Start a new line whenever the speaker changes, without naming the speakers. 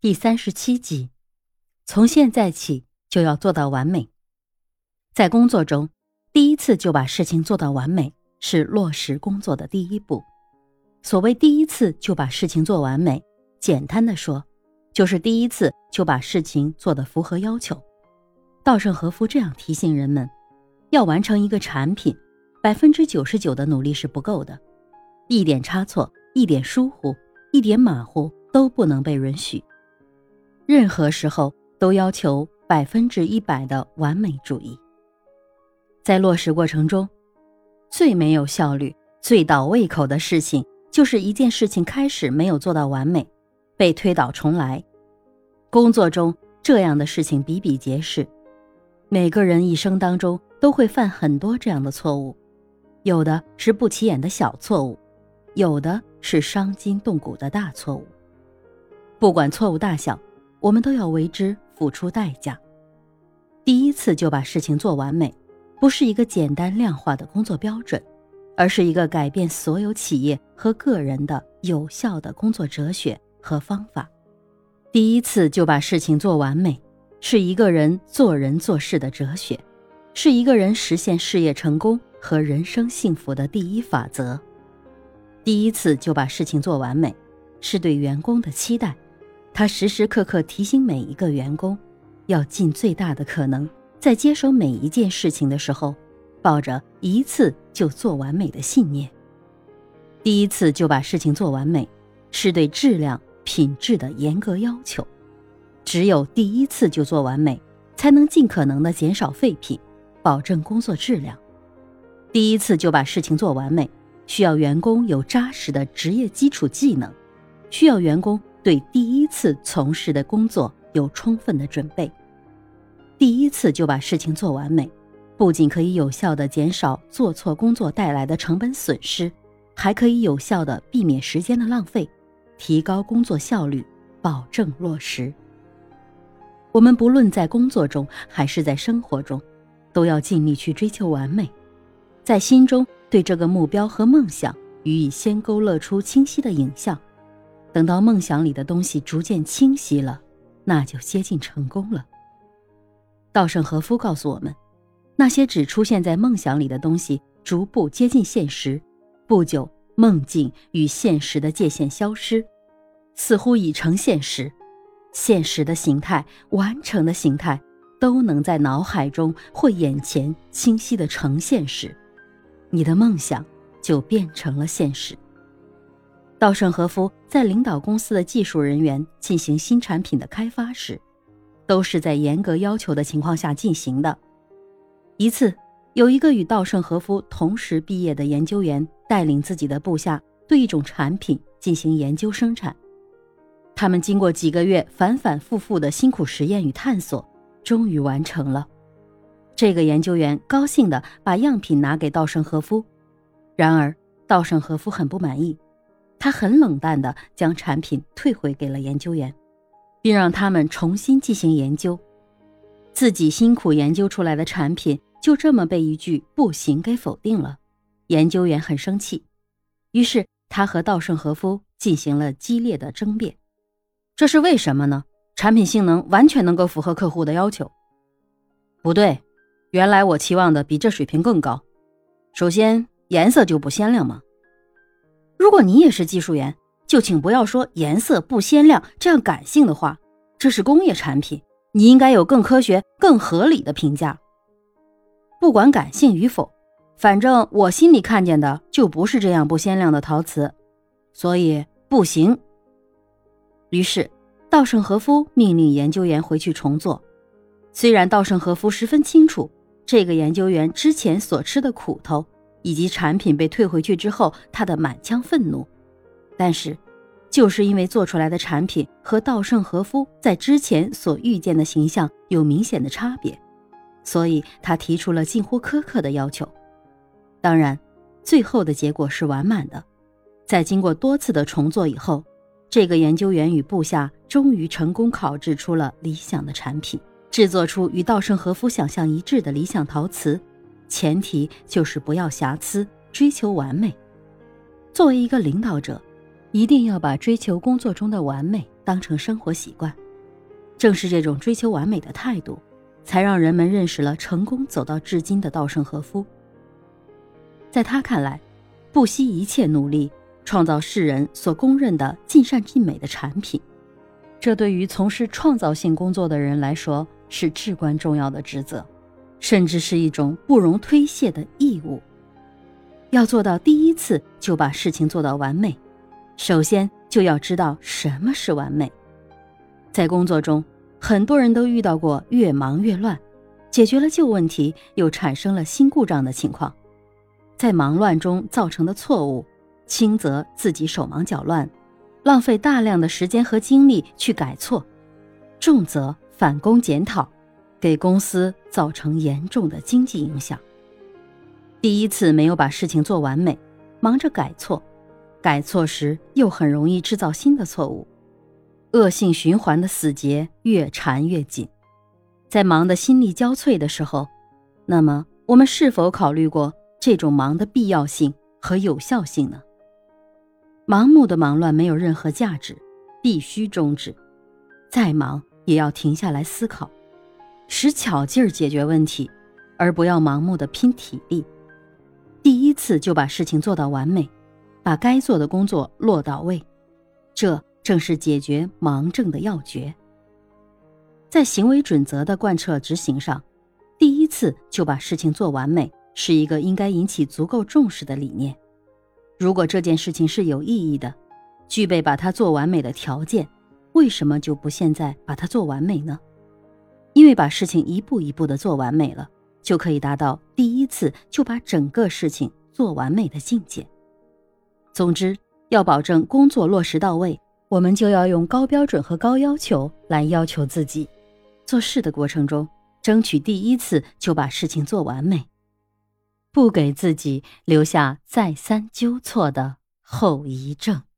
第37集，从现在起就要做到完美。在工作中，第一次就把事情做到完美，是落实工作的第一步。所谓第一次就把事情做完美，简单的说，就是第一次就把事情做得符合要求。稻盛和夫这样提醒人们，要完成一个产品，99%的努力是不够的，一点差错，一点疏忽，一点马虎都不能被允许。任何时候都要求100%的完美主义。在落实过程中，最没有效率、最倒胃口的事情，就是一件事情开始没有做到完美，被推倒重来。工作中这样的事情比比皆是，每个人一生当中都会犯很多这样的错误，有的是不起眼的小错误，有的是伤筋动骨的大错误。不管错误大小，我们都要为之付出代价。第一次就把事情做完美，不是一个简单量化的工作标准，而是一个改变所有企业和个人的有效的工作哲学和方法。第一次就把事情做完美，是一个人做人做事的哲学，是一个人实现事业成功和人生幸福的第一法则。第一次就把事情做完美，是对员工的期待，他时时刻刻提醒每一个员工，要尽最大的可能，在接手每一件事情的时候，抱着一次就做完美的信念。第一次就把事情做完美，是对质量、品质的严格要求。只有第一次就做完美，才能尽可能的减少废品，保证工作质量。第一次就把事情做完美，需要员工有扎实的职业基础技能，需要员工对第一次从事的工作有充分的准备。第一次就把事情做完美，不仅可以有效地减少做错工作带来的成本损失，还可以有效地避免时间的浪费，提高工作效率，保证落实。我们不论在工作中还是在生活中，都要尽力去追求完美，在心中对这个目标和梦想予以先勾勒出清晰的影像。等到梦想里的东西逐渐清晰了，那就接近成功了。稻盛和夫告诉我们，那些只出现在梦想里的东西逐步接近现实，不久梦境与现实的界限消失，似乎已成现实，现实的形态、完成的形态都能在脑海中或眼前清晰地呈现时，你的梦想就变成了现实。稻盛和夫在领导公司的技术人员进行新产品的开发时，都是在严格要求的情况下进行的。一次，有一个与稻盛和夫同时毕业的研究员带领自己的部下对一种产品进行研究生产。他们经过几个月反反复复的辛苦实验与探索，终于完成了。这个研究员高兴地把样品拿给稻盛和夫，然而稻盛和夫很不满意，他很冷淡地将产品退回给了研究员，并让他们重新进行研究。自己辛苦研究出来的产品就这么被一句不行给否定了，研究员很生气，于是他和稻盛和夫进行了激烈的争辩。这是为什么呢？产品性能完全能够符合客户的要求。不对，原来我期望的比这水平更高。首先，颜色就不鲜亮吗？如果你也是技术员，就请不要说颜色不鲜亮这样感性的话，这是工业产品，你应该有更科学、更合理的评价。不管感性与否，反正我心里看见的就不是这样不鲜亮的陶瓷，所以不行。于是稻盛和夫命令研究员回去重做。虽然稻盛和夫十分清楚这个研究员之前所吃的苦头，以及产品被退回去之后他的满腔愤怒，但是就是因为做出来的产品和稻盛和夫在之前所预见的形象有明显的差别，所以他提出了近乎苛刻的要求。当然，最后的结果是完满的。在经过多次的重做以后，这个研究员与部下终于成功烤制出了理想的产品，制作出与稻盛和夫想象一致的理想陶瓷，前提就是不要瑕疵，追求完美。作为一个领导者，一定要把追求工作中的完美当成生活习惯。正是这种追求完美的态度，才让人们认识了成功走到至今的稻盛和夫。在他看来，不惜一切努力创造世人所公认的尽善尽美的产品，这对于从事创造性工作的人来说是至关重要的职责，甚至是一种不容推卸的义务。要做到第一次就把事情做到完美，首先就要知道什么是完美。在工作中，很多人都遇到过越忙越乱，解决了旧问题又产生了新故障的情况。在忙乱中造成的错误，轻则自己手忙脚乱，浪费大量的时间和精力去改错，重则反躬检讨，给公司造成严重的经济影响。第一次没有把事情做完美，忙着改错，改错时又很容易制造新的错误，恶性循环的死结越缠越紧。在忙得心力交瘁的时候，那么我们是否考虑过这种忙的必要性和有效性呢？盲目的忙乱没有任何价值，必须终止。再忙也要停下来思考，使巧劲儿解决问题，而不要盲目的拼体力。第一次就把事情做到完美，把该做的工作落到位，这正是解决忙症的要诀。在行为准则的贯彻执行上，第一次就把事情做完美是一个应该引起足够重视的理念。如果这件事情是有意义的，具备把它做完美的条件，为什么就不现在把它做完美呢？因为把事情一步一步地做完美了，就可以达到第一次就把整个事情做完美的境界。总之，要保证工作落实到位，我们就要用高标准和高要求来要求自己。做事的过程中，争取第一次就把事情做完美，不给自己留下再三纠错的后遗症。